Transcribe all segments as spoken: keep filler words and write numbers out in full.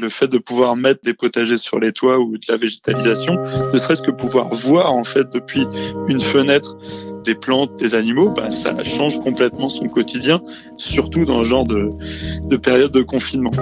fait de pouvoir mettre des potagers sur les toits ou de la végétalisation, ne serait-ce que pouvoir voir en fait depuis une fenêtre des plantes, des animaux, bah, ça change complètement son quotidien, surtout dans ce genre de, de période de confinement.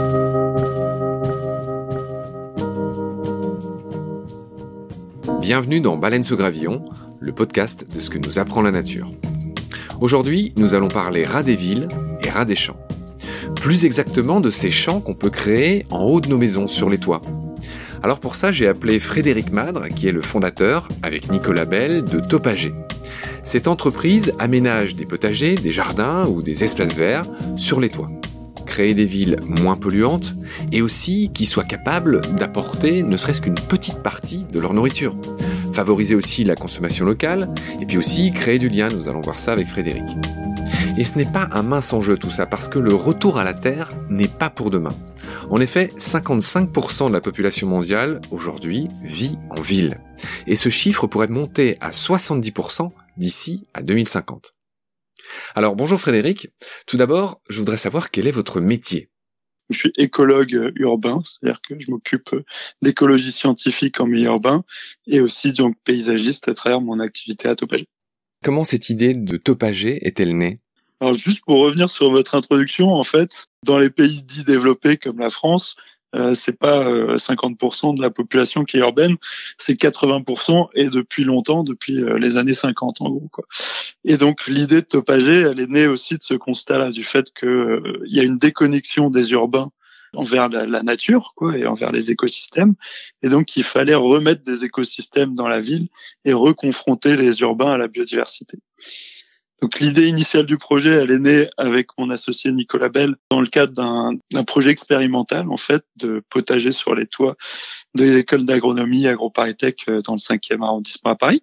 Bienvenue dans Baleine sous gravillon, le podcast de ce que nous apprend la nature. Aujourd'hui, nous allons parler rats des villes et rats des champs. Plus exactement de ces champs qu'on peut créer en haut de nos maisons, sur les toits. Alors pour ça, j'ai appelé Frédéric Madre, qui est le fondateur, avec Nicolas Bell, de Topager. Cette entreprise aménage des potagers, des jardins ou des espaces verts sur les toits. Créer des villes moins polluantes et aussi qui soient capables d'apporter ne serait-ce qu'une petite partie de leur nourriture. Favoriser aussi la consommation locale et puis aussi créer du lien, nous allons voir ça avec Frédéric. Et ce n'est pas un mince enjeu tout ça, parce que le retour à la Terre n'est pas pour demain. En effet, cinquante-cinq pour cent de la population mondiale, aujourd'hui, vit en ville. Et ce chiffre pourrait monter à soixante-dix pour cent d'ici à deux mille cinquante. Alors bonjour Frédéric, tout d'abord, je voudrais savoir quel est votre métier. Je suis écologue urbain, c'est-à-dire que je m'occupe d'écologie scientifique en milieu urbain et aussi donc paysagiste à travers mon activité à Topager. Comment cette idée de Topager est-elle née ? Alors juste pour revenir sur votre introduction, en fait, dans les pays dits développés comme la France, euh, c'est pas euh, cinquante pour cent de la population qui est urbaine, c'est quatre-vingts pour cent et depuis longtemps, depuis euh, les années cinquante en gros, quoi. Et donc l'idée de Topager, elle est née aussi de ce constat-là, du fait que euh, il y a une déconnexion des urbains envers la, la nature, quoi, et envers les écosystèmes, et donc il fallait remettre des écosystèmes dans la ville et reconfronter les urbains à la biodiversité. Donc l'idée initiale du projet, elle est née avec mon associé Nicolas Bell dans le cadre d'un, d'un projet expérimental en fait de potager sur les toits de l'école d'agronomie AgroParisTech dans le cinquième arrondissement à Paris.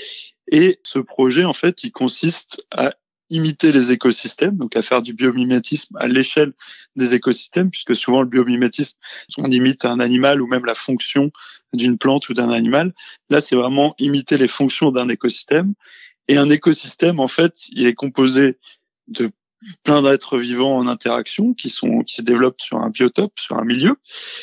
Et ce projet en fait, il consiste à imiter les écosystèmes, donc à faire du biomimétisme à l'échelle des écosystèmes, puisque souvent le biomimétisme, on imite un animal ou même la fonction d'une plante ou d'un animal. Là, c'est vraiment imiter les fonctions d'un écosystème. Et un écosystème, en fait, il est composé de plein d'êtres vivants en interaction qui sont qui se développent sur un biotope, sur un milieu.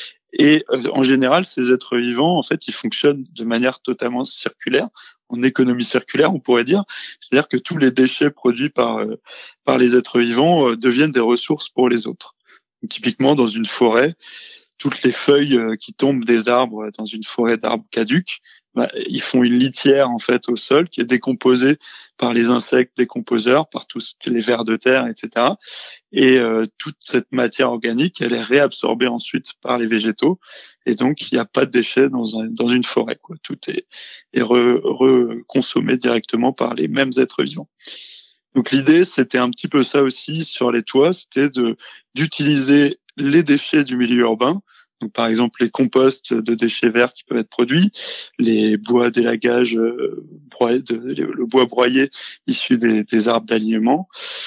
Et euh, en général, ces êtres vivants, en fait, ils fonctionnent de manière totalement circulaire, en économie circulaire, on pourrait dire. C'est-à-dire que tous les déchets produits par euh, par les êtres vivants euh, deviennent des ressources pour les autres. Donc, typiquement, dans une forêt, toutes les feuilles euh, qui tombent des arbres dans une forêt d'arbres caducs, bah, ils font une litière en fait au sol qui est décomposée par les insectes décomposeurs, par tous les vers de terre, et cetera. Et euh, toute cette matière organique, elle est réabsorbée ensuite par les végétaux, et donc il n'y a pas de déchets dans, un, dans une forêt, quoi. Tout est, est re, reconsommé directement par les mêmes êtres vivants. Donc l'idée, c'était un petit peu ça aussi sur les toits, c'était de d'utiliser les déchets du milieu urbain. Donc, par exemple, les composts de déchets verts qui peuvent être produits, les bois d'élagage, euh, broyés, de, le bois broyé issu des, des arbres d'alignement,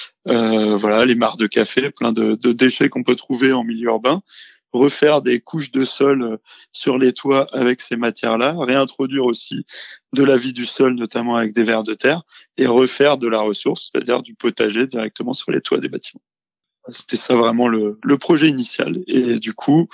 euh, voilà, les mares de café, plein de, de déchets qu'on peut trouver en milieu urbain, refaire des couches de sol sur les toits avec ces matières-là, réintroduire aussi de la vie du sol, notamment avec des vers de terre, et refaire de la ressource, c'est-à-dire du potager directement sur les toits des bâtiments. C'était ça vraiment le, le projet initial. Et du coup,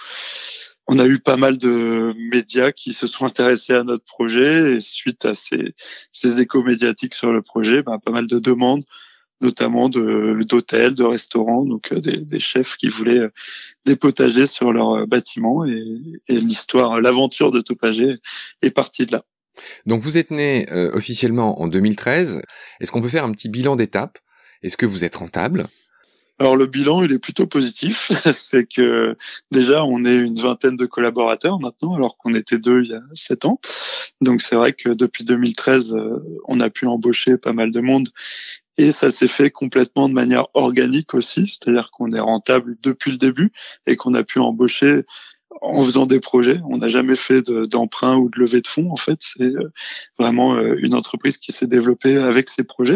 on a eu pas mal de médias qui se sont intéressés à notre projet. Et suite à ces, ces échos médiatiques sur le projet, ben, pas mal de demandes, notamment de, d'hôtels, de restaurants, donc des, des chefs qui voulaient des potagers sur leur bâtiment. Et, et l'histoire, l'aventure de Topager est partie de là. Donc vous êtes né euh, officiellement en deux mille treize. Est-ce qu'on peut faire un petit bilan d'étape ? Est-ce que vous êtes rentable ? Alors le bilan, il est plutôt positif. C'est que déjà, on est une vingtaine de collaborateurs maintenant, alors qu'on était deux il y a sept ans. Donc c'est vrai que depuis deux mille treize, on a pu embaucher pas mal de monde. Et ça s'est fait complètement de manière organique aussi, c'est-à-dire qu'on est rentable depuis le début et qu'on a pu embaucher en faisant des projets. On n'a jamais fait de, d'emprunt ou de levée de fonds, en fait. C'est vraiment une entreprise qui s'est développée avec ses projets.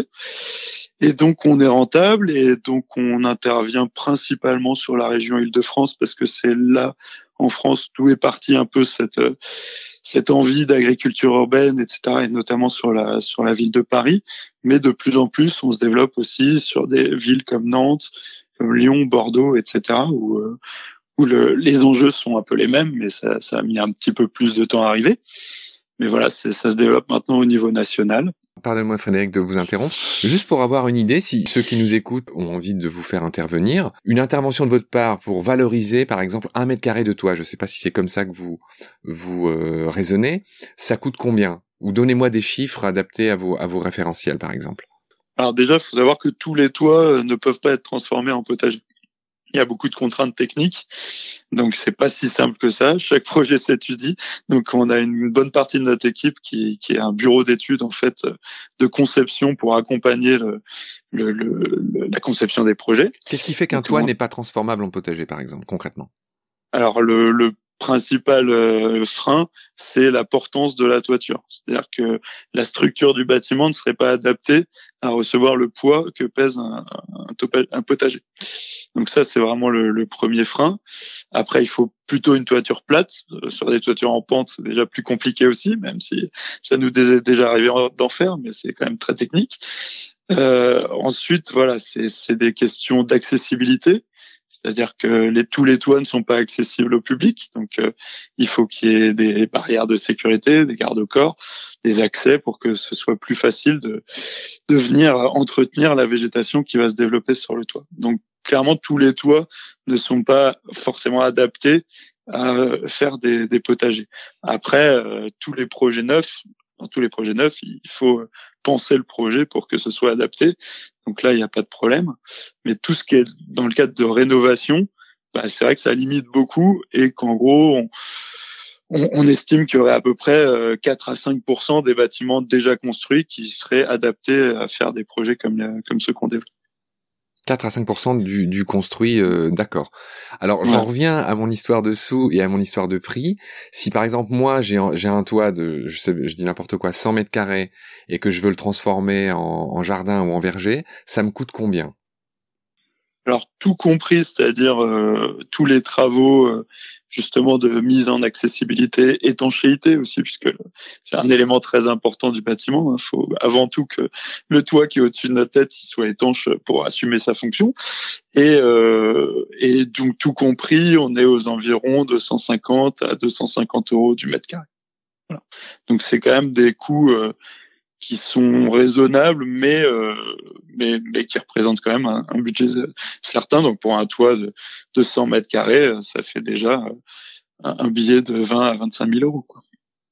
Et donc, on est rentable et donc on intervient principalement sur la région Île-de-France parce que c'est là, en France, d'où est partie un peu cette cette envie d'agriculture urbaine, et cetera, et notamment sur la sur la ville de Paris. Mais de plus en plus, on se développe aussi sur des villes comme Nantes, comme Lyon, Bordeaux, et cetera, où où le, les enjeux sont un peu les mêmes, mais ça, ça a mis un petit peu plus de temps à arriver. Mais voilà, c'est, ça se développe maintenant au niveau national. Pardonnez-moi Frédéric de vous interrompre. Juste pour avoir une idée, si ceux qui nous écoutent ont envie de vous faire intervenir, une intervention de votre part pour valoriser par exemple un mètre carré de toit, je ne sais pas si c'est comme ça que vous vous euh, raisonnez, ça coûte combien? Ou donnez-moi des chiffres adaptés à vos, à vos référentiels par exemple. Alors déjà, il faut savoir que tous les toits ne peuvent pas être transformés en potager. Il y a beaucoup de contraintes techniques, donc c'est pas si simple que ça. Chaque projet s'étudie, donc on a une bonne partie de notre équipe qui, qui est un bureau d'études en fait de conception pour accompagner le, le, le, la conception des projets. Qu'est-ce qui fait qu'un donc, toit on... n'est pas transformable en potager, par exemple, concrètement? Alors le, le principal euh, frein, c'est la portance de la toiture. C'est-à-dire que la structure du bâtiment ne serait pas adaptée à recevoir le poids que pèse un, un, un potager. Donc ça, c'est vraiment le, le premier frein. Après, il faut plutôt une toiture plate. Euh, sur des toitures en pente, c'est déjà plus compliqué aussi, même si ça nous est déjà arrivé d'en faire, mais c'est quand même très technique. Euh, ensuite, voilà, c'est, c'est des questions d'accessibilité. C'est-à-dire que les, tous les toits ne sont pas accessibles au public, donc euh, il faut qu'il y ait des barrières de sécurité, des garde-corps, des accès pour que ce soit plus facile de, de venir entretenir la végétation qui va se développer sur le toit. Donc clairement, tous les toits ne sont pas forcément adaptés à faire des, des potagers. Après, euh, tous les projets neufs, dans tous les projets neufs, il faut penser le projet pour que ce soit adapté. Donc là, il n'y a pas de problème. Mais tout ce qui est dans le cadre de rénovation, bah, c'est vrai que ça limite beaucoup et qu'en gros, on, on, on estime qu'il y aurait à peu près quatre à cinq pour cent des bâtiments déjà construits qui seraient adaptés à faire des projets comme, comme ceux qu'on développe. quatre à cinq pour cent du, du construit, euh, d'accord. Alors, ouais. J'en reviens à mon histoire de sous et à mon histoire de prix. Si, par exemple, moi, j'ai un, j'ai un toit de, je sais, je dis n'importe quoi, cent mètres carrés et que je veux le transformer en, en jardin ou en verger, ça me coûte combien? Alors, tout compris, c'est-à-dire euh, tous les travaux euh, justement de mise en accessibilité, étanchéité aussi, puisque c'est un élément très important du bâtiment. Il faut avant tout que le toit qui est au-dessus de notre tête il soit étanche pour assumer sa fonction. Et, euh, et donc, tout compris, on est aux environs de cent cinquante à deux cent cinquante euros du mètre carré. Voilà. Donc, c'est quand même des coûts... Euh, qui sont raisonnables, mais, euh, mais, mais qui représentent quand même un, un budget certain. Donc, pour un toit de, de cent mètres carrés, ça fait déjà un, un billet de vingt à vingt-cinq mille euros, quoi.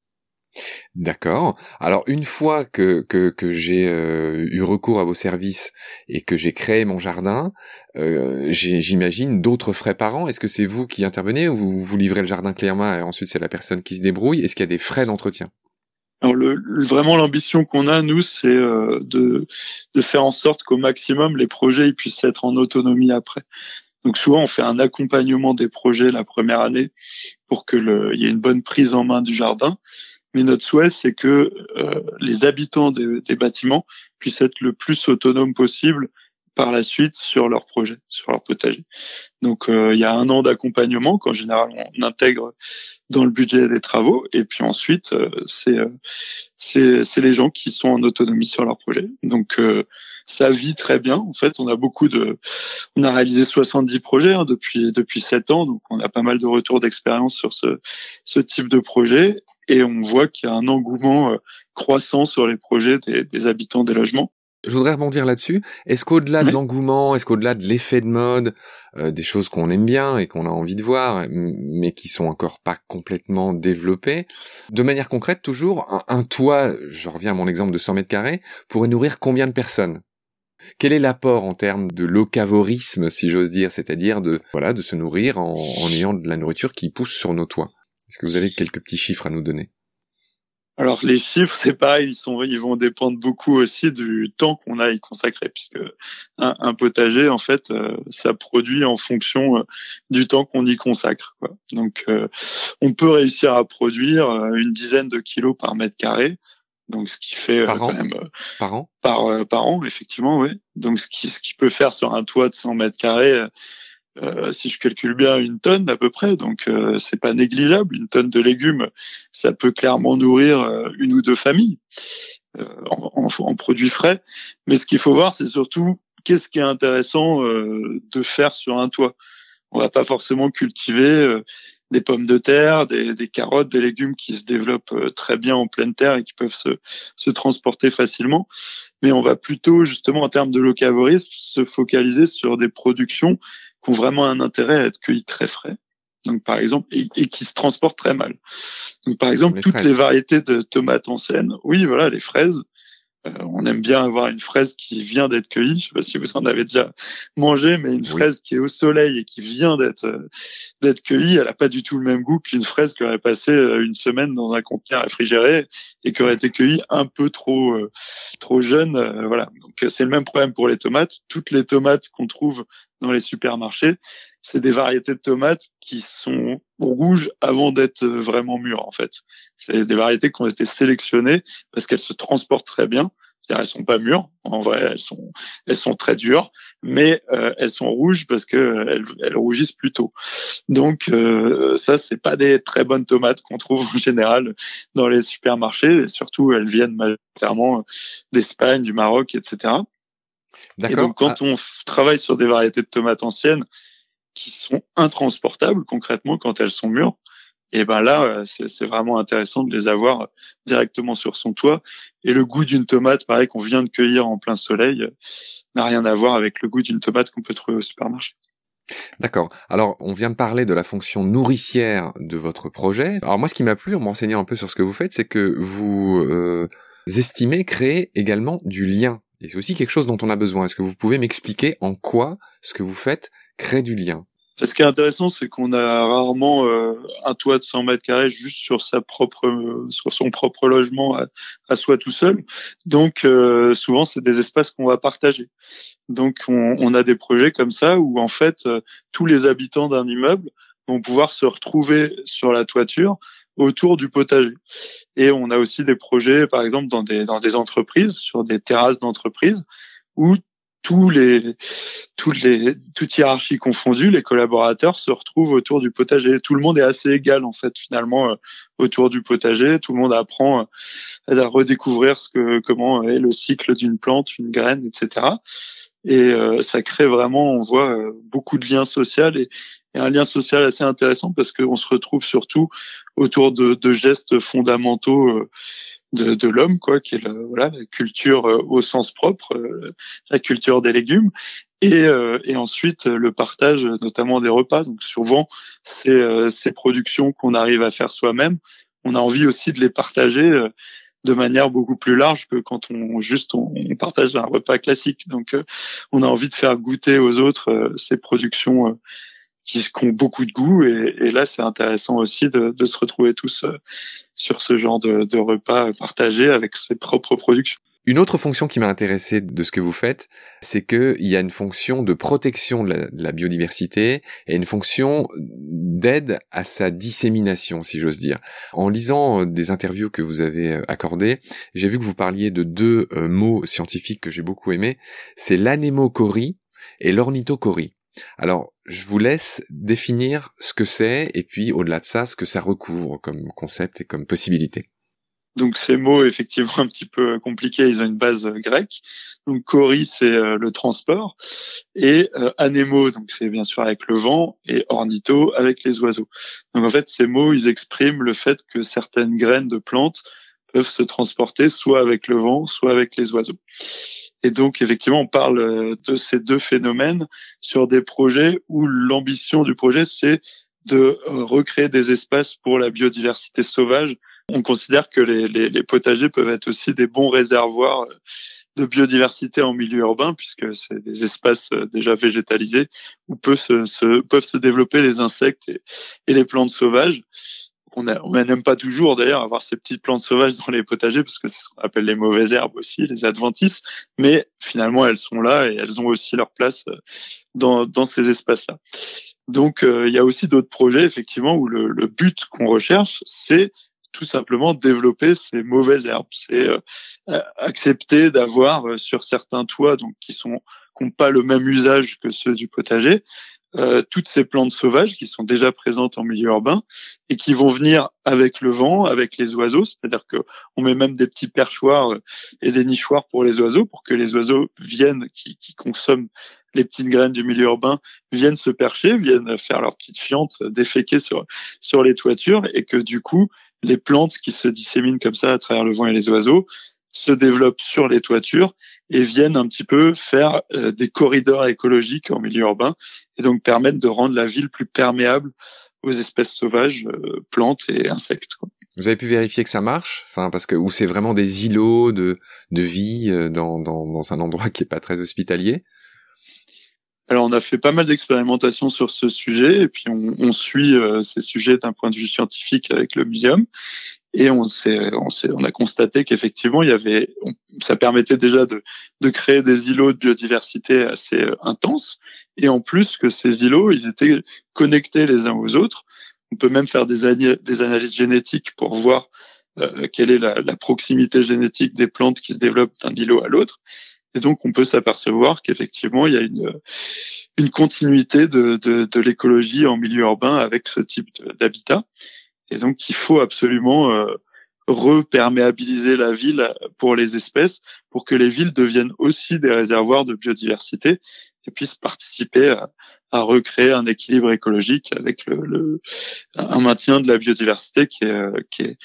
D'accord. Alors, une fois que, que, que j'ai euh, eu recours à vos services et que j'ai créé mon jardin, euh, j'ai, j'imagine d'autres frais par an. Est-ce que c'est vous qui intervenez ou vous, vous livrez le jardin clé en main et ensuite c'est la personne qui se débrouille? Est-ce qu'il y a des frais d'entretien? Alors le, le, vraiment l'ambition qu'on a nous, c'est euh, de, de faire en sorte qu'au maximum les projets ils puissent être en autonomie après. Donc souvent on fait un accompagnement des projets la première année pour que le, il y ait une bonne prise en main du jardin. Mais notre souhait c'est que euh, les habitants des, des bâtiments puissent être le plus autonomes possible par la suite sur leur projet, sur leur potager. Donc euh, il y a un an d'accompagnement qu'en général on intègre dans le budget des travaux, et puis ensuite euh, c'est euh, c'est c'est les gens qui sont en autonomie sur leur projet. Donc euh, ça vit très bien. En fait, on a beaucoup de, on a réalisé soixante-dix projets hein, depuis depuis sept ans, donc on a pas mal de retours d'expérience sur ce ce type de projet, et on voit qu'il y a un engouement euh, croissant sur les projets des, des habitants des logements. Je voudrais rebondir là-dessus. Est-ce qu'au-delà oui. de l'engouement, est-ce qu'au-delà de l'effet de mode, euh, des choses qu'on aime bien et qu'on a envie de voir, mais qui sont encore pas complètement développées, de manière concrète, toujours, un, un toit, je reviens à mon exemple de cent mètres carrés, pourrait nourrir combien de personnes? Quel est l'apport en termes de locavorisme, si j'ose dire, c'est-à-dire de, voilà, de se nourrir en, en ayant de la nourriture qui pousse sur nos toits? Est-ce que vous avez quelques petits chiffres à nous donner? Alors les chiffres, c'est pareil, ils sont, ils vont dépendre beaucoup aussi du temps qu'on a à y consacrer, puisque un, un potager, en fait, euh, ça produit en fonction euh, du temps qu'on y consacre, quoi. Donc, euh, on peut réussir à produire euh, une dizaine de kilos par mètre carré, donc ce qui fait euh, par quand an même euh, par an par euh, par an, effectivement, oui. Donc ce qui ce qui peut faire sur un toit de cent mètres carrés. Euh, si je calcule bien, une tonne à peu près, donc euh, c'est pas négligeable. Une tonne de légumes, ça peut clairement nourrir euh, une ou deux familles euh, en, en, en produits frais. Mais ce qu'il faut voir, c'est surtout qu'est-ce qui est intéressant euh, de faire sur un toit. On va pas forcément cultiver euh, des pommes de terre, des, des carottes, des légumes qui se développent euh, très bien en pleine terre et qui peuvent se, se transporter facilement. Mais on va plutôt, justement, en termes de locavorisme, se focaliser sur des productions qui ont vraiment un intérêt à être cueillies très frais. Donc, par exemple, et, et qui se transportent très mal. Donc, par exemple, les toutes fraises. les variétés de tomates anciennes. Oui, voilà, les fraises. Euh, on aime bien avoir une fraise qui vient d'être cueillie. Je sais pas si vous en avez déjà mangé, mais une Oui. fraise qui est au soleil et qui vient d'être euh, d'être cueillie, elle a pas du tout le même goût qu'une fraise qui aurait passé euh, une semaine dans un conteneur réfrigéré et qui aurait été cueillie un peu trop euh, trop jeune. Euh, voilà. Donc c'est le même problème pour les tomates. Toutes les tomates qu'on trouve dans les supermarchés, c'est des variétés de tomates qui sont rouges avant d'être vraiment mûres, en fait. C'est des variétés qui ont été sélectionnées parce qu'elles se transportent très bien. C'est-à-dire, elles sont pas mûres. En vrai, elles sont, elles sont très dures, mais euh, elles sont rouges parce que euh, elles, elles rougissent plus tôt. Donc, euh, ça, c'est pas des très bonnes tomates qu'on trouve en général dans les supermarchés. Et surtout, elles viennent majoritairement d'Espagne, du Maroc, et cetera. Et donc, quand ah. on f- travaille sur des variétés de tomates anciennes qui sont intransportables, concrètement, quand elles sont mûres, et ben là, c'est, c'est vraiment intéressant de les avoir directement sur son toit. Et le goût d'une tomate, pareil, qu'on vient de cueillir en plein soleil, n'a rien à voir avec le goût d'une tomate qu'on peut trouver au supermarché. D'accord. Alors, on vient de parler de la fonction nourricière de votre projet. Alors moi, ce qui m'a plu en me renseignant un peu sur ce que vous faites, c'est que vous euh, estimez créer également du lien. Et c'est aussi quelque chose dont on a besoin. Est-ce que vous pouvez m'expliquer en quoi ce que vous faites crée du lien ? Ce qui est intéressant, c'est qu'on a rarement euh, un toit de cent mètres carrés juste sur sa propre, euh, sur son propre logement à, à soi tout seul. Donc, euh, souvent, c'est des espaces qu'on va partager. Donc, on, on a des projets comme ça où, en fait, euh, tous les habitants d'un immeuble vont pouvoir se retrouver sur la toiture autour du potager. Et on a aussi des projets, par exemple, dans des, dans des entreprises, sur des terrasses d'entreprises, où tous les, toutes les, toute hiérarchie confondue, les collaborateurs se retrouvent autour du potager. Tout le monde est assez égal, en fait, finalement, euh, autour du potager. Tout le monde apprend euh, à redécouvrir ce que, comment est le cycle d'une plante, une graine, et cetera. Et euh, ça crée vraiment, on voit, euh, beaucoup de liens sociaux et, et un lien social assez intéressant parce qu'on se retrouve surtout autour de, de gestes fondamentaux euh, de, de l'homme, quoi, qui est le, voilà, la culture euh, au sens propre, euh, la culture des légumes, et, euh, et ensuite le partage, notamment des repas. Donc souvent, ces, euh, ces productions qu'on arrive à faire soi-même, on a envie aussi de les partager euh, de manière beaucoup plus large que quand on juste on, on partage un repas classique. Donc, euh, on a envie de faire goûter aux autres euh, ces productions euh, qui, qui ont beaucoup de goût, et, et là, c'est intéressant aussi de, de se retrouver tous euh, sur ce genre de, de repas partagés avec ses propres productions. Une autre fonction qui m'a intéressé de ce que vous faites, c'est qu'il y a une fonction de protection de la, de la biodiversité et une fonction d'aide à sa dissémination, si j'ose dire. En lisant des interviews que vous avez accordées, j'ai vu que vous parliez de deux euh, mots scientifiques que j'ai beaucoup aimés. C'est l'anémochorie et l'ornithochorie. Alors, je vous laisse définir ce que c'est et puis, au-delà de ça, ce que ça recouvre comme concept et comme possibilité. Donc ces mots, effectivement, un petit peu compliqués, ils ont une base grecque. Donc chorie, c'est euh, le transport, et euh, anémo, donc c'est bien sûr avec le vent, et ornitho avec les oiseaux. Donc en fait, ces mots, ils expriment le fait que certaines graines de plantes peuvent se transporter soit avec le vent, soit avec les oiseaux. Et donc effectivement, on parle de ces deux phénomènes sur des projets où l'ambition du projet, c'est de recréer des espaces pour la biodiversité sauvage. On considère que les, les, les potagers peuvent être aussi des bons réservoirs de biodiversité en milieu urbain, puisque c'est des espaces déjà végétalisés où peut se, se, peuvent se développer les insectes et, et les plantes sauvages. On n'aime pas toujours d'ailleurs avoir ces petites plantes sauvages dans les potagers parce que c'est ce qu'on appelle les mauvaises herbes aussi, les adventices, mais finalement elles sont là et elles ont aussi leur place dans, dans ces espaces-là. Donc euh, il y a aussi d'autres projets effectivement où le, le but qu'on recherche, c'est tout simplement développer ces mauvaises herbes. C'est euh, accepter d'avoir euh, sur certains toits, donc qui sont qui n'ont pas le même usage que ceux du potager, euh, toutes ces plantes sauvages qui sont déjà présentes en milieu urbain et qui vont venir avec le vent, avec les oiseaux, c'est-à-dire que on met même des petits perchoirs et des nichoirs pour les oiseaux, pour que les oiseaux viennent, qui, qui consomment les petites graines du milieu urbain, viennent se percher, viennent faire leurs petites fientes, déféquer sur sur les toitures, et que du coup, les plantes qui se disséminent comme ça à travers le vent et les oiseaux se développent sur les toitures et viennent un petit peu faire euh, des corridors écologiques en milieu urbain, et donc permettre de rendre la ville plus perméable aux espèces sauvages, euh, plantes et insectes, quoi. Vous avez pu vérifier que ça marche? Enfin, parce que, ou c'est vraiment des îlots de, de vie euh, dans, dans, dans un endroit qui est pas très hospitalier? Alors, on a fait pas mal d'expérimentations sur ce sujet, et puis on, on suit euh, ces sujets d'un point de vue scientifique avec le muséum, et on s'est, on s'est, on a constaté qu'effectivement, il y avait, on, ça permettait déjà de, de créer des îlots de biodiversité assez euh, intenses, et en plus que ces îlots, ils étaient connectés les uns aux autres. On peut même faire des, ani- des analyses génétiques pour voir euh, quelle est la, la proximité génétique des plantes qui se développent d'un îlot à l'autre. Et donc, on peut s'apercevoir qu'effectivement, il y a une, une continuité de, de, de l'écologie en milieu urbain avec ce type de, d'habitat. Et donc, il faut absolument euh, reperméabiliser la ville pour les espèces, pour que les villes deviennent aussi des réservoirs de biodiversité et puissent participer à, à recréer un équilibre écologique avec le, le un maintien de la biodiversité qui est, qui est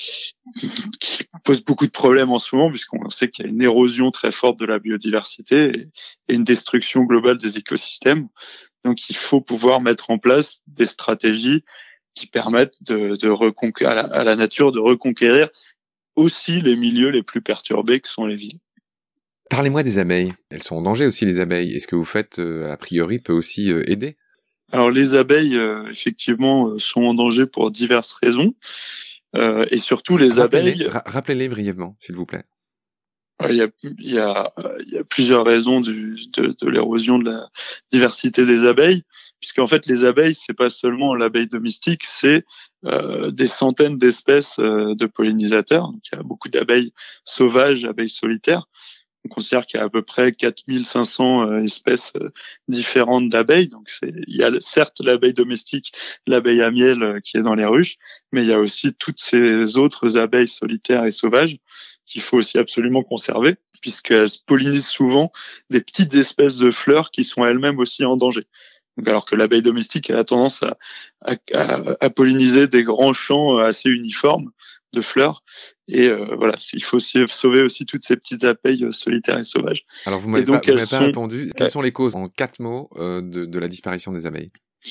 qui pose beaucoup de problèmes en ce moment, puisqu'on sait qu'il y a une érosion très forte de la biodiversité et, et une destruction globale des écosystèmes. Donc, il faut pouvoir mettre en place des stratégies qui permettent de, de reconquérir, à la, à la nature de reconquérir aussi les milieux les plus perturbés que sont les villes. Parlez-moi des abeilles. Elles sont en danger aussi, les abeilles. Est-ce que vous faites, euh, a priori, peut aussi euh, aider? Alors, les abeilles, euh, effectivement, euh, sont en danger pour diverses raisons. Euh, et surtout, les rappelez-les, abeilles... ra- rappelez-les brièvement, s'il vous plaît. Il y a, il y a, il y a plusieurs raisons du, de, de l'érosion de la diversité des abeilles, puisqu'en fait, les abeilles, c'est pas seulement l'abeille domestique, c'est euh, des centaines d'espèces euh, de pollinisateurs. Donc, il y a beaucoup d'abeilles sauvages, abeilles solitaires. On considère qu'il y a à peu près quatre mille cinq cents euh, espèces euh, différentes d'abeilles. Donc, c'est, il y a certes l'abeille domestique, l'abeille à miel euh, qui est dans les ruches, mais il y a aussi toutes ces autres abeilles solitaires et sauvages qu'il faut aussi absolument conserver, puisqu'elles pollinisent souvent des petites espèces de fleurs qui sont elles-mêmes aussi en danger. Donc, alors que l'abeille domestique elle a tendance à, à, à, à polliniser des grands champs assez uniformes de fleurs. Et euh, voilà, il faut aussi sauver aussi toutes ces petites abeilles solitaires et sauvages. Alors, vous m'avez et donc, pas, vous m'avez sont... pas répondu. Quelles sont les causes, en quatre mots, euh, de, de la disparition des abeilles?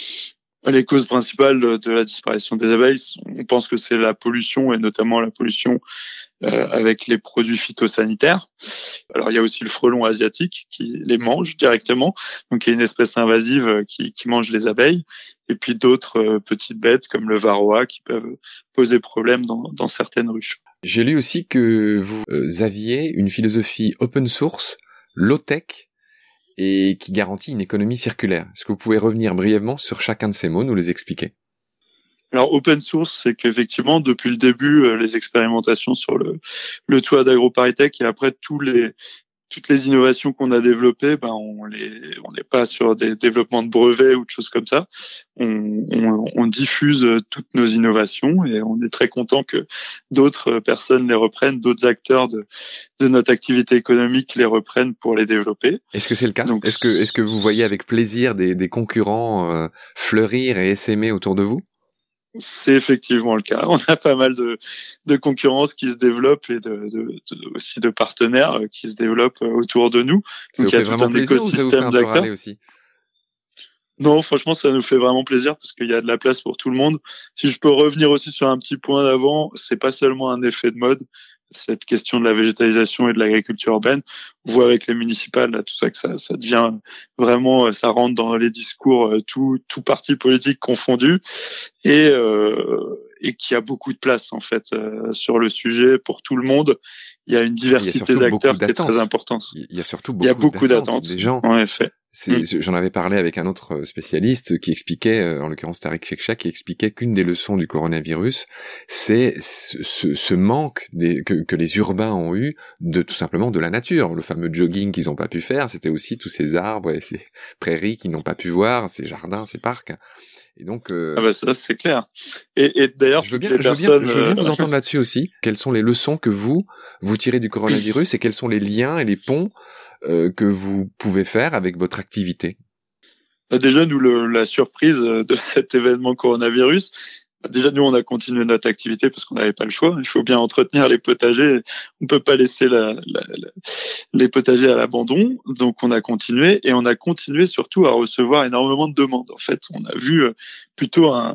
Les causes principales de la disparition des abeilles, on pense que c'est la pollution, et notamment la pollution euh, avec les produits phytosanitaires. Alors, il y a aussi le frelon asiatique qui les mange directement, donc il y a une espèce invasive qui, qui mange les abeilles, et puis d'autres euh, petites bêtes comme le varroa qui peuvent poser problème dans, dans certaines ruches. J'ai lu aussi que vous euh, aviez une philosophie open source, low-tech, et qui garantit une économie circulaire. Est-ce que vous pouvez revenir brièvement sur chacun de ces mots, nous les expliquer? Alors, open source, c'est qu'effectivement, depuis le début, euh, les expérimentations sur le, le toit d'AgroParisTech et après tous les, toutes les innovations qu'on a développées, ben, on les, on n'est pas sur des développements de brevets ou de choses comme ça. On, on, on diffuse toutes nos innovations et on est très content que d'autres personnes les reprennent, d'autres acteurs de, de notre activité économique les reprennent pour les développer. Est-ce que c'est le cas? Donc, est-ce que, est-ce que vous voyez avec plaisir des, des concurrents euh, fleurir et essaimer autour de vous? C'est effectivement le cas. On a pas mal de, de concurrence qui se développe et de, de, de, aussi de partenaires qui se développent autour de nous. Ça Donc vous il y a fait tout vraiment un plaisir ou ça vous fait écosystème un peu d'acteurs. râler aussi? Non, franchement, ça nous fait vraiment plaisir parce qu'il y a de la place pour tout le monde. Si je peux revenir aussi sur un petit point d'avant, c'est pas seulement un effet de mode, cette question de la végétalisation et de l'agriculture urbaine. On voit avec les municipales, là, tout ça, que ça, ça devient vraiment, ça rentre dans les discours, tout, tout parti politique confondu. Et, euh, et qu'il y a beaucoup de place en fait euh, sur le sujet pour tout le monde. Il y a une diversité d'acteurs qui est très importante. Il y a surtout beaucoup, il y a beaucoup d'attentes. d'attentes. Des gens. En effet. C'est, mmh. J'en avais parlé avec un autre spécialiste qui expliquait, en l'occurrence Tariq Shekcha, qui expliquait qu'une des leçons du coronavirus, c'est ce, ce, ce manque des, que, que les urbains ont eu de tout simplement de la nature. Le fameux jogging qu'ils n'ont pas pu faire, c'était aussi tous ces arbres et ces prairies qu'ils n'ont pas pu voir, ces jardins, ces parcs. Et donc, euh... ah bah ça c'est clair. Et, et d'ailleurs, je veux bien, je veux bien, je veux bien vous entendre là-dessus aussi. Quelles sont les leçons que vous vous tirez du coronavirus et quels sont les liens et les ponts euh, que vous pouvez faire avec votre activité? Déjà, nous, le, la surprise de cet événement coronavirus. Déjà, nous, on a continué notre activité parce qu'on n'avait pas le choix. Il faut bien entretenir les potagers. On peut pas laisser la, la, la, les potagers à l'abandon. Donc, on a continué et on a continué surtout à recevoir énormément de demandes. En fait, on a vu plutôt un,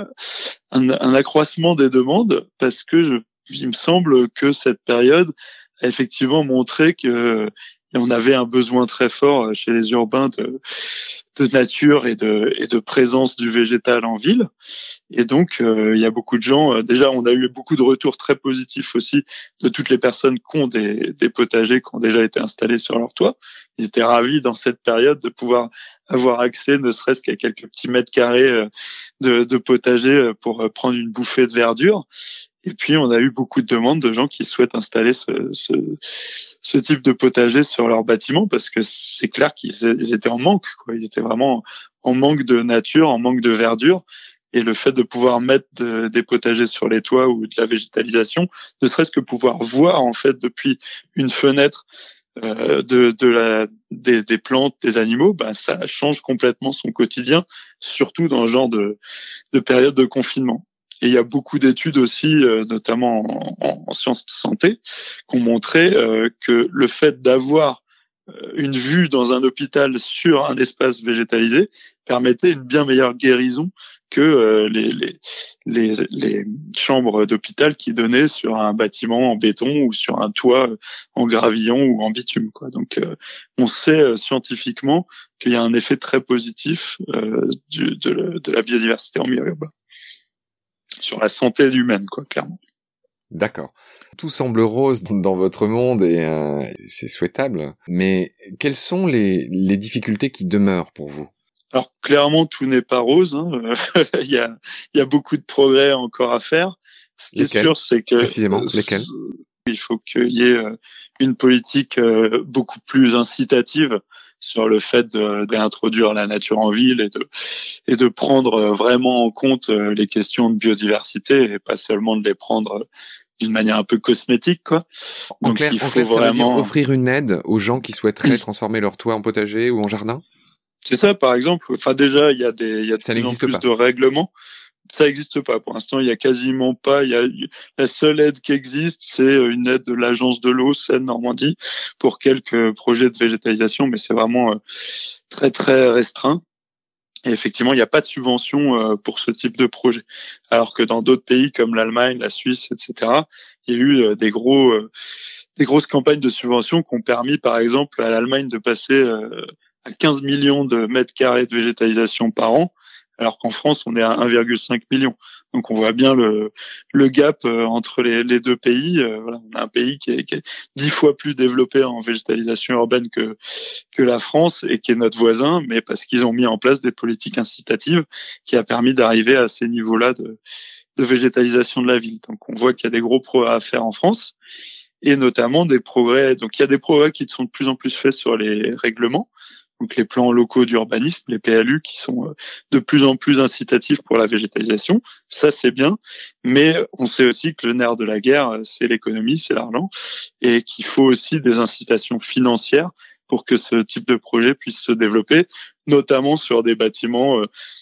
un, un accroissement des demandes parce que je, il me semble que cette période a effectivement montré que on avait un besoin très fort chez les urbains de de nature et de et de présence du végétal en ville. Et donc euh, il y a beaucoup de gens, euh, déjà on a eu beaucoup de retours très positifs aussi de toutes les personnes qui ont des des potagers qui ont déjà été installés sur leur toit. Ils étaient ravis dans cette période de pouvoir avoir accès ne serait-ce qu'à quelques petits mètres carrés euh, de de potager pour euh, prendre une bouffée de verdure. Et puis, on a eu beaucoup de demandes de gens qui souhaitent installer ce, ce, ce type de potager sur leur bâtiment parce que c'est clair qu'ils ils étaient en manque, quoi. Ils étaient vraiment en manque de nature, en manque de verdure. Et le fait de pouvoir mettre de, des potagers sur les toits ou de la végétalisation, ne serait-ce que pouvoir voir, en fait, depuis une fenêtre, euh, de, de la, des, des plantes, des animaux, bah, ça change complètement son quotidien, surtout dans ce genre de, de période de confinement. Et il y a beaucoup d'études aussi, euh, notamment en, en sciences de santé, qui ont montré euh, que le fait d'avoir euh, une vue dans un hôpital sur un espace végétalisé permettait une bien meilleure guérison que euh, les, les, les, les chambres d'hôpital qui donnaient sur un bâtiment en béton ou sur un toit en gravillon ou en bitume, quoi. Donc, euh, on sait euh, scientifiquement qu'il y a un effet très positif euh, du, de, la, de la biodiversité en milieu urbain sur la santé humaine, quoi, clairement. D'accord. Tout semble rose dans votre monde et euh, c'est souhaitable. Mais quelles sont les, les difficultés qui demeurent pour vous? Alors, clairement, tout n'est pas rose. Hein. il y a, il y a beaucoup de progrès encore à faire. Ce qui lesquels? est sûr, c'est que précisément euh, lesquels? Il faut qu'il y ait une politique euh, beaucoup plus incitative sur le fait de réintroduire la nature en ville et de et de prendre vraiment en compte les questions de biodiversité et pas seulement de les prendre d'une manière un peu cosmétique, quoi. En Donc clair, il faut en clair, ça vraiment veut dire offrir une aide aux gens qui souhaiteraient transformer leur toit en potager ou en jardin. C'est ça, par exemple. Enfin, déjà, il y a des il y a de ça plus en plus pas. de règlements. Ça n'existe pas pour l'instant. Il y a quasiment pas. Il y a la seule aide qui existe, c'est une aide de l'agence de l'eau Seine-Normandie pour quelques projets de végétalisation, mais c'est vraiment très très restreint. Et effectivement, il n'y a pas de subvention pour ce type de projet. Alors que dans d'autres pays comme l'Allemagne, la Suisse, et cetera, il y a eu des gros des grosses campagnes de subventions qui ont permis, par exemple, à l'Allemagne de passer à quinze millions de mètres carrés de végétalisation par an. Alors qu'en France, on est à un virgule cinq million. Donc, on voit bien le, le gap euh, entre les, les deux pays. Euh, voilà, on a un pays qui est, qui est dix fois plus développé en végétalisation urbaine que, que la France et qui est notre voisin, mais parce qu'ils ont mis en place des politiques incitatives qui a permis d'arriver à ces niveaux-là de, de végétalisation de la ville. Donc, on voit qu'il y a des gros progrès à faire en France et notamment des progrès. Donc, il y a des progrès qui sont de plus en plus faits sur les règlements. Donc les plans locaux d'urbanisme, les P L U, qui sont de plus en plus incitatifs pour la végétalisation, ça c'est bien, mais on sait aussi que le nerf de la guerre, c'est l'économie, c'est l'argent, et qu'il faut aussi des incitations financières pour que ce type de projet puisse se développer, notamment sur des bâtiments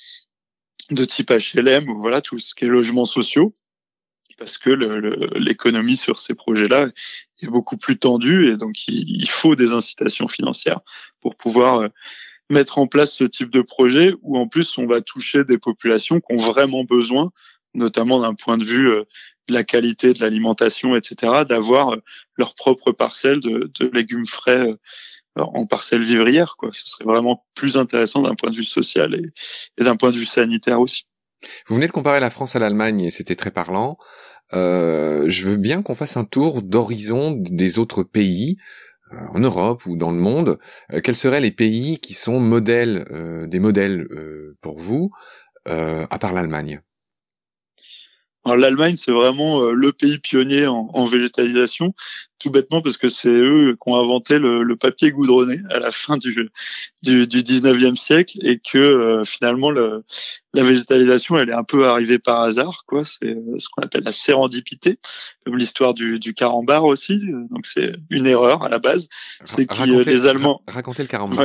de type H L M, ou voilà, tout ce qui est logements sociaux, parce que le, le, l'économie sur ces projets-là est beaucoup plus tendue et donc il, il faut des incitations financières pour pouvoir mettre en place ce type de projet où en plus on va toucher des populations qui ont vraiment besoin, notamment d'un point de vue de la qualité de l'alimentation, et cetera, d'avoir leur propre parcelle de, de légumes frais en parcelle vivrière, quoi. Ce serait vraiment plus intéressant d'un point de vue social et, et d'un point de vue sanitaire aussi. Vous venez de comparer la France à l'Allemagne et c'était très parlant. Euh, je veux bien qu'on fasse un tour d'horizon des autres pays euh, en Europe ou dans le monde. Euh, quels seraient les pays qui sont modèles, euh, des modèles euh, pour vous, euh, à part l'Allemagne? Alors l'Allemagne, c'est vraiment euh, le pays pionnier en, en végétalisation, tout bêtement parce que c'est eux qui ont inventé le, le papier goudronné à la fin du du, du dix-neuvième siècle et que euh, finalement le, la végétalisation, elle est un peu arrivée par hasard, quoi. C'est euh, ce qu'on appelle la sérendipité, comme l'histoire du, du carambar aussi. Donc c'est une erreur à la base, c'est que euh, les Allemands ra- racontez le carambar. Ouais.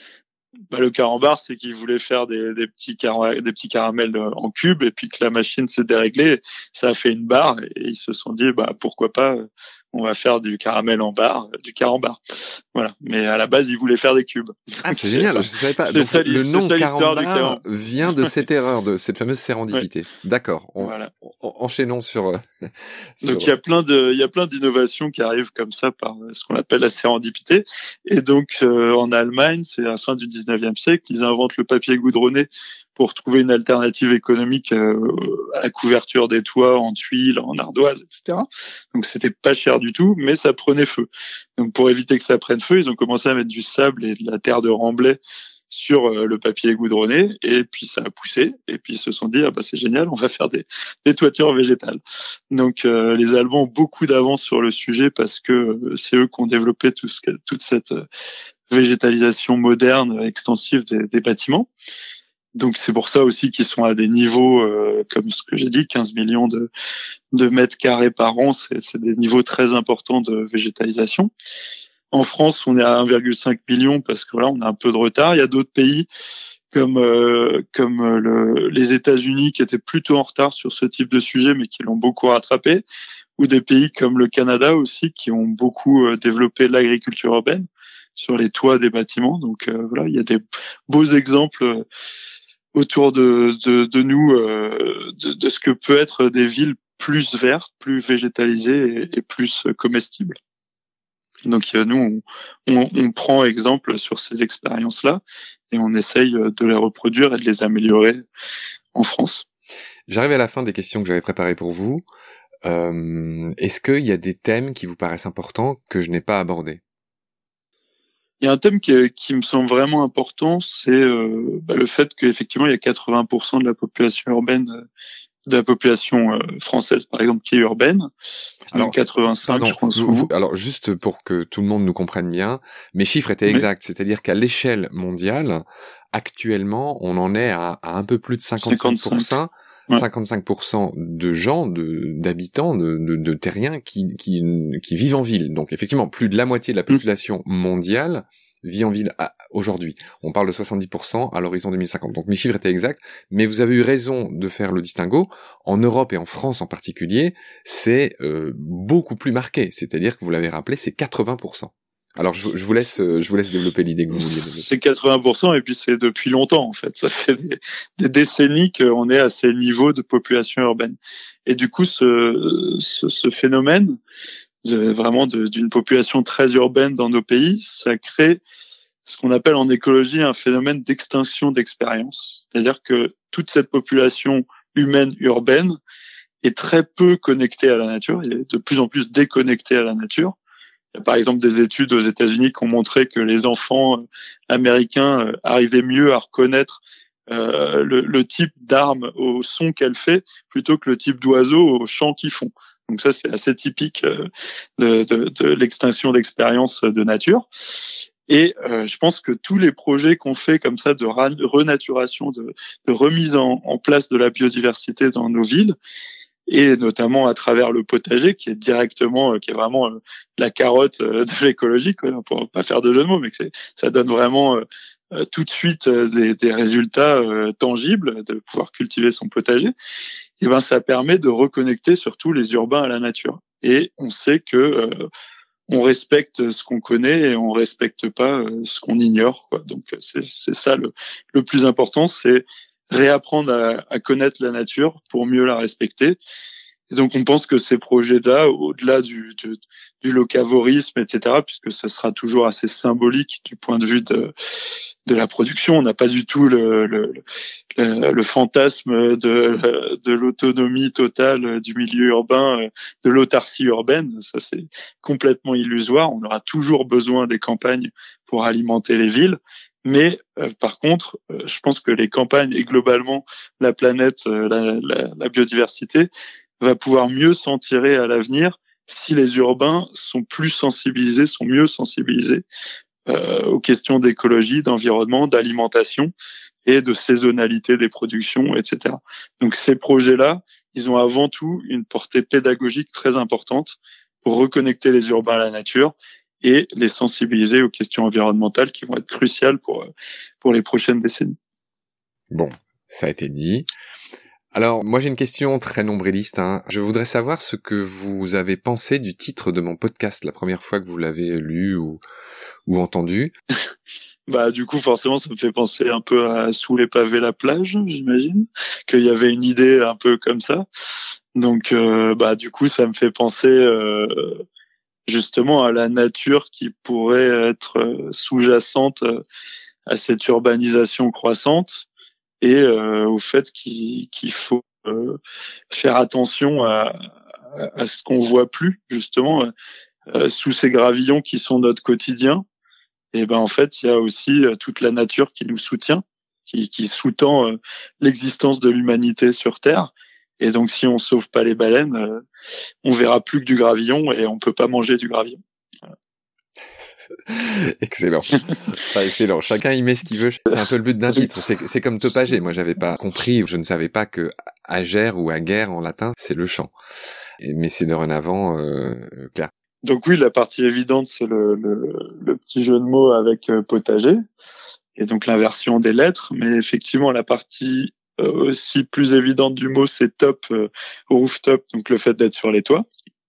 Bah, le carambar, c'est qu'ils voulaient faire des, des petits car- des petits caramels en cubes et puis que la machine s'est déréglée, ça a fait une barre et ils se sont dit bah pourquoi pas, on va faire du caramel en barre, du carambar. Voilà. Mais à la base, ils voulaient faire des cubes. Ah, c'est génial. Pas... Je savais pas. C'est Donc, ça, le nom ça, carambar vient de cette erreur, de cette fameuse sérendipité. Ouais. D'accord. On, voilà. on, enchaînons sur, sur. Donc il y a plein de, il y a plein d'innovations qui arrivent comme ça par ce qu'on appelle la sérendipité. Et donc euh, en Allemagne, c'est à la fin du dix-neuvième siècle, ils inventent le papier goudronné pour trouver une alternative économique euh, à la couverture des toits en tuiles, en ardoise, et cetera. Donc c'était pas cher du tout, mais ça prenait feu. Donc pour éviter que ça prenne feu, ils ont commencé à mettre du sable et de la terre de remblai sur euh, le papier goudronné, et puis ça a poussé, et puis ils se sont dit ah bah c'est génial, on va faire des, des toitures végétales. Donc euh, les Allemands ont beaucoup d'avance sur le sujet parce que euh, c'est eux qui ont développé tout ce, toute cette euh, végétalisation moderne, extensive des, des bâtiments. Donc c'est pour ça aussi qu'ils sont à des niveaux, euh, comme ce que j'ai dit, quinze millions de, de mètres carrés par an, c'est, c'est des niveaux très importants de végétalisation. En France, on est à un virgule cinq million parce que voilà, on a un peu de retard. Il y a d'autres pays comme euh, comme le, les États-Unis qui étaient plutôt en retard sur ce type de sujet, mais qui l'ont beaucoup rattrapé, ou des pays comme le Canada aussi qui ont beaucoup euh, développé l'agriculture urbaine sur les toits des bâtiments. Donc euh, voilà, il y a des beaux exemples euh, autour de, de, de nous, euh, de, de ce que peut être des villes plus vertes, plus végétalisées et, et plus comestibles. Donc euh, nous, on, on, on prend exemple sur ces expériences-là et on essaye de les reproduire et de les améliorer en France. J'arrive à la fin des questions que j'avais préparées pour vous. Euh, est-ce qu'il y a des thèmes qui vous paraissent importants que je n'ai pas abordés ? Il y a un thème qui, qui me semble vraiment important, c'est euh, bah, le fait qu'effectivement, il y a quatre-vingts pour cent de la population urbaine, de la population euh, française, par exemple, qui est urbaine. Alors, quatre-vingt-cinq, pardon, je crois. Vous, vous, alors, juste pour que tout le monde nous comprenne bien, mes chiffres étaient oui. exacts. C'est-à-dire qu'à l'échelle mondiale, actuellement, on en est à, à un peu plus de cinquante-cinq pour cent. Ouais. cinquante-cinq pour cent de gens, de, d'habitants, de, de, de terriens qui, qui, qui vivent en ville. Donc effectivement, plus de la moitié de la population mmh. mondiale vit en ville à, aujourd'hui. On parle de soixante-dix pour cent à l'horizon deux mille cinquante. Donc mes chiffres étaient exacts, mais vous avez eu raison de faire le distinguo. En Europe et en France en particulier, c'est euh, beaucoup plus marqué. C'est-à-dire que vous l'avez rappelé, c'est quatre-vingts pour cent. Alors je, je vous laisse, je vous laisse développer l'idée que vous vouliez développer. C'est quatre-vingts pour cent et puis c'est depuis longtemps en fait. Ça fait des, des décennies qu'on est à ces niveaux de population urbaine. Et du coup, ce, ce, ce phénomène de, vraiment de, d'une population très urbaine dans nos pays, ça crée ce qu'on appelle en écologie un phénomène d'extinction d'expérience. C'est-à-dire que toute cette population humaine urbaine est très peu connectée à la nature, elle est de plus en plus déconnectée à la nature. Il y a par exemple des études aux États-Unis qui ont montré que les enfants américains arrivaient mieux à reconnaître euh, le, le type d'arme au son qu'elle fait plutôt que le type d'oiseau au chant qu'ils font. Donc ça, c'est assez typique de, de, de l'extinction d'expérience de nature. Et euh, je pense que tous les projets qu'on fait comme ça de renaturation, de, de remise en, en place de la biodiversité dans nos villes, et notamment à travers le potager qui est directement, qui est vraiment euh, la carotte euh, de l'écologie, quoi, pour pas faire de jeu de mots, mais que c'est, ça donne vraiment euh, tout de suite euh, des, des résultats euh, tangibles de pouvoir cultiver son potager. Et ben ça permet de reconnecter surtout les urbains à la nature. Et on sait que euh, on respecte ce qu'on connaît et on respecte pas euh, ce qu'on ignore, quoi. Donc c'est, c'est ça le, le plus important, c'est réapprendre à, à connaître la nature pour mieux la respecter. Et donc on pense que ces projets-là, au-delà du, du, du locavorisme, et cetera, puisque ce sera toujours assez symbolique du point de vue de, de la production, on n'a pas du tout le, le, le, le fantasme de, de l'autonomie totale du milieu urbain, de l'autarcie urbaine. Ça, c'est complètement illusoire. On aura toujours besoin des campagnes pour alimenter les villes. Mais euh, par contre, euh, je pense que les campagnes et globalement la planète, euh, la, la, la biodiversité va pouvoir mieux s'en tirer à l'avenir si les urbains sont plus sensibilisés, sont mieux sensibilisés euh, aux questions d'écologie, d'environnement, d'alimentation et de saisonnalité des productions, et cetera. Donc ces projets-là, ils ont avant tout une portée pédagogique très importante pour reconnecter les urbains à la nature et les sensibiliser aux questions environnementales qui vont être cruciales pour pour les prochaines décennies. Bon, ça a été dit. Alors, moi j'ai une question très nombriliste. Hein. Je voudrais savoir ce que vous avez pensé du titre de mon podcast la première fois que vous l'avez lu ou, ou entendu. Bah du coup forcément ça me fait penser un peu à Sous les pavés la plage, j'imagine, qu'il y avait une idée un peu comme ça. Donc euh, bah du coup ça me fait penser euh, justement à la nature qui pourrait être euh, sous-jacente euh, à cette urbanisation croissante et euh, au fait qu'il, qu'il faut euh, faire attention à, à, à ce qu'on voit plus justement euh, sous ces gravillons qui sont notre quotidien. Et ben en fait il y a aussi euh, toute la nature qui nous soutient, qui, qui sous-tend euh, l'existence de l'humanité sur Terre. Et donc si on sauve pas les baleines, euh, on verra plus que du gravillon et on peut pas manger du gravillon. Voilà. Excellent. Enfin, excellent. Chacun y met ce qu'il veut. C'est un peu le but d'un titre. C'est, c'est comme topager. Moi, j'avais pas compris, je ne savais pas que agère ou aguerre en latin, c'est le champ. Mais c'est dorénavant euh, clair. Donc oui, la partie évidente, c'est le, le, le petit jeu de mots avec euh, potager, et donc l'inversion des lettres. Mais effectivement, la partie euh, aussi plus évidente du mot, c'est top, euh, rooftop, donc le fait d'être sur les toits.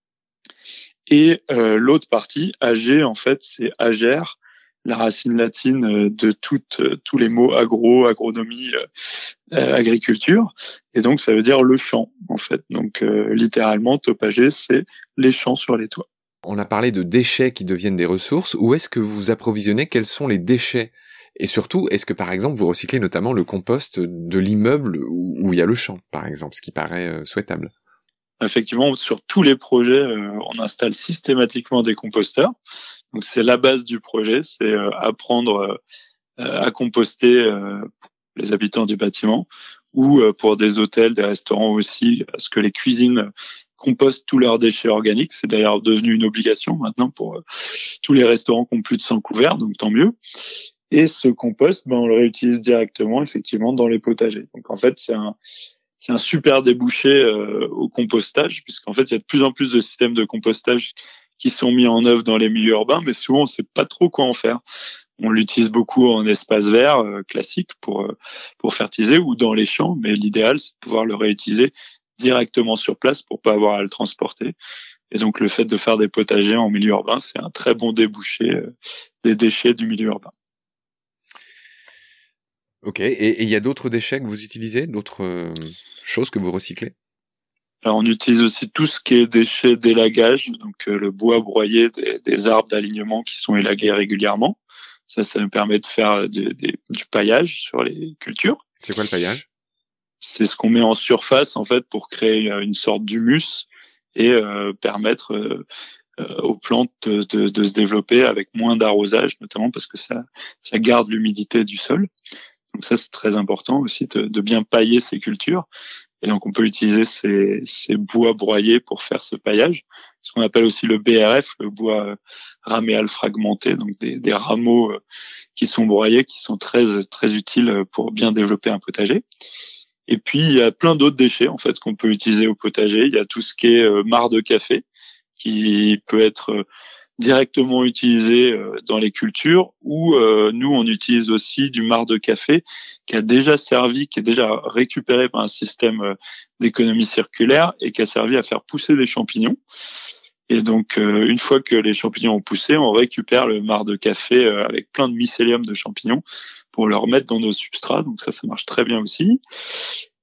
Et euh, l'autre partie, ager, en fait, c'est agère, la racine latine de toutes, euh, tous les mots agro, agronomie, euh, euh, agriculture. Et donc, ça veut dire le champ, en fait. Donc, euh, littéralement, topager, c'est les champs sur les toits. On a parlé de déchets qui deviennent des ressources. Où est-ce que vous approvisionnez? Quels sont les déchets? Et surtout, est-ce que par exemple vous recyclez notamment le compost de l'immeuble où, où il y a le champ, par exemple, ce qui paraît euh, souhaitable? Effectivement, sur tous les projets, euh, on installe systématiquement des composteurs. Donc c'est la base du projet, c'est euh, apprendre euh, à composter euh, pour les habitants du bâtiment ou euh, pour des hôtels, des restaurants aussi, parce que les cuisines compostent tous leurs déchets organiques. C'est d'ailleurs devenu une obligation maintenant pour euh, tous les restaurants qui ont plus de cent couverts, donc tant mieux. Et ce compost, ben, on le réutilise directement, effectivement, dans les potagers. Donc en fait, c'est un c'est un super débouché euh, au compostage, puisqu'en fait, il y a de plus en plus de systèmes de compostage qui sont mis en œuvre dans les milieux urbains, mais souvent, on ne sait pas trop quoi en faire. On l'utilise beaucoup en espace vert euh, classique pour euh, pour fertiliser ou dans les champs, mais l'idéal, c'est de pouvoir le réutiliser directement sur place pour pas avoir à le transporter. Et donc, le fait de faire des potagers en milieu urbain, c'est un très bon débouché euh, des déchets du milieu urbain. Ok, et il y a d'autres déchets que vous utilisez, d'autres euh, choses que vous recyclez? Alors, on utilise aussi tout ce qui est déchets d'élagage, donc euh, le bois broyé des, des arbres d'alignement qui sont élagués régulièrement. Ça, ça nous permet de faire de, de, du paillage sur les cultures. C'est quoi le paillage? C'est ce qu'on met en surface en fait pour créer une sorte d'humus et euh, permettre euh, euh, aux plantes de, de, de se développer avec moins d'arrosage, notamment parce que ça, ça garde l'humidité du sol. Donc ça, c'est très important aussi de, de bien pailler ces cultures. Et donc, on peut utiliser ces, ces bois broyés pour faire ce paillage, ce qu'on appelle aussi le B R F, le bois raméal fragmenté, donc des, des rameaux qui sont broyés, qui sont très très utiles pour bien développer un potager. Et puis, il y a plein d'autres déchets en fait qu'on peut utiliser au potager. Il y a tout ce qui est marc de café, qui peut être directement utilisé dans les cultures, ou euh, nous on utilise aussi du marc de café qui a déjà servi, qui est déjà récupéré par un système d'économie circulaire et qui a servi à faire pousser des champignons. Et donc euh, une fois que les champignons ont poussé, on récupère le marc de café euh, avec plein de mycélium de champignons pour le remettre dans nos substrats. Donc ça, ça marche très bien aussi.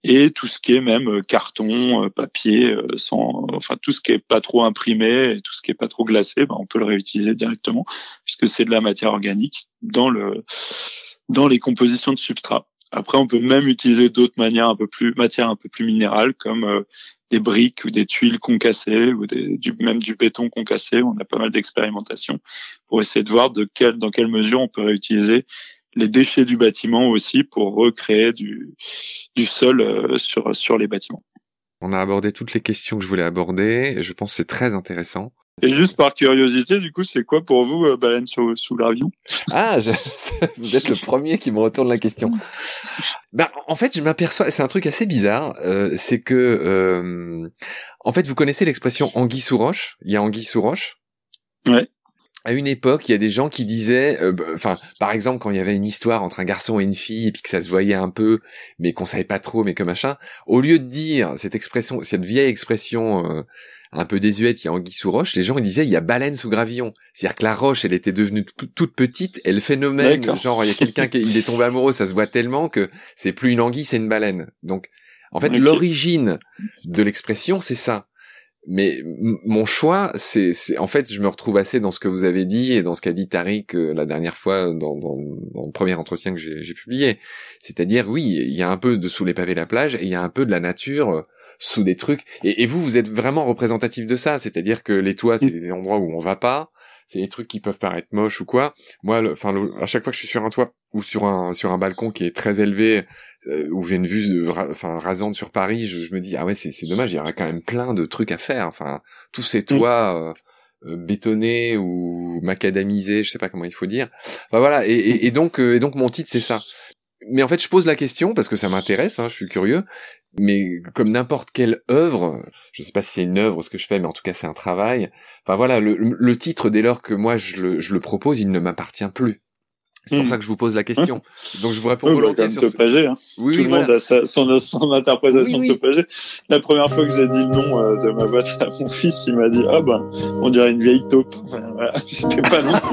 et tout ce qui est même carton, papier, sans, enfin tout ce qui est pas trop imprimé et tout ce qui est pas trop glacé, ben on peut le réutiliser directement puisque c'est de la matière organique dans le dans les compositions de substrat. Après, on peut même utiliser d'autres manières un peu plus matières un peu plus minérales comme euh, des briques ou des tuiles concassées ou des, du, même du béton concassé. On a pas mal d'expérimentations pour essayer de voir de quelle dans quelle mesure on peut réutiliser les déchets du bâtiment aussi pour recréer du, du sol euh, sur, sur les bâtiments. On a abordé toutes les questions que je voulais aborder, et je pense que c'est très intéressant. Et juste par curiosité, du coup, c'est quoi pour vous, euh, baleine sous, sous gravion? Ah, je... vous êtes le premier qui me retourne la question. Ben, en fait, je m'aperçois, c'est un truc assez bizarre, euh, c'est que, euh, en fait, vous connaissez l'expression anguille sous roche? Il y a anguille sous roche? Ouais. À une époque, il y a des gens qui disaient, enfin, euh, par exemple, quand il y avait une histoire entre un garçon et une fille, et puis que ça se voyait un peu, mais qu'on savait pas trop, mais que machin, au lieu de dire cette expression, cette vieille expression euh, un peu désuète, il y a anguille sous roche, les gens ils disaient, il y a baleine sous gravillon. C'est-à-dire que la roche, elle était devenue t- toute petite, et le phénomène, D'accord. genre, il y a quelqu'un qui il est tombé amoureux, ça se voit tellement que c'est plus une anguille, c'est une baleine. Donc, en fait, okay. l'origine de l'expression, c'est ça. Mais m- mon choix, c'est, c'est, en fait, je me retrouve assez dans ce que vous avez dit et dans ce qu'a dit Tariq euh, la dernière fois dans, dans, dans le premier entretien que j'ai, j'ai publié. C'est-à-dire, oui, il y a un peu de sous les pavés la plage et il y a un peu de la nature euh, sous des trucs. Et, et vous, vous êtes vraiment représentatif de ça. C'est-à-dire que les toits, c'est des endroits où on va pas. C'est des trucs qui peuvent paraître moches ou quoi. Moi, enfin, à chaque fois que je suis sur un toit ou sur un sur un balcon qui est très élevé, euh, où j'ai une vue, de, enfin, rasante sur Paris, je, je me dis ah ouais, c'est c'est dommage. Il y aurait quand même plein de trucs à faire. Enfin, tous ces toits euh, euh, bétonnés ou macadamisés, je sais pas comment il faut dire. Enfin voilà. Et, et, et donc euh, et donc mon titre c'est ça. Mais en fait, je pose la question parce que ça m'intéresse. Hein, je suis curieux. Mais comme n'importe quelle œuvre, je sais pas si c'est une œuvre ce que je fais, mais en tout cas c'est un travail. Enfin voilà, le, le titre dès lors que moi je le, je le propose, il ne m'appartient plus. C'est pour mmh. ça que je vous pose la question. Hein Donc je vous réponds oui, volontiers bah, sur ce... Topagé, hein. Oui, Tout oui, le voilà. monde a sa, son, son interprétation oui, oui. de Topagé. La première fois que j'ai dit le nom euh, de ma boîte à mon fils, il m'a dit ah ben on dirait une vieille taupe. Voilà, c'était pas non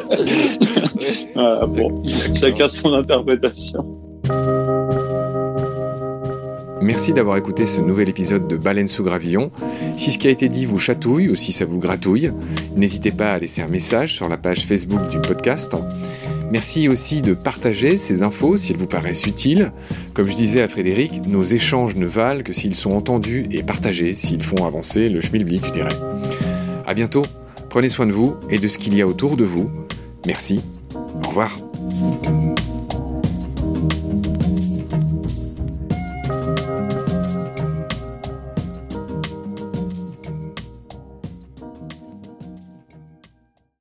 plus. Voilà, bon, chacun son interprétation. Merci d'avoir écouté ce nouvel épisode de Baleine sous gravillon. Si ce qui a été dit vous chatouille ou si ça vous gratouille, n'hésitez pas à laisser un message sur la page Facebook du podcast. Merci aussi de partager ces infos si elles vous paraissent utiles. Comme je disais à Frédéric, nos échanges ne valent que s'ils sont entendus et partagés, s'ils font avancer le schmilblick, je dirais. À bientôt, prenez soin de vous et de ce qu'il y a autour de vous. Merci, au revoir.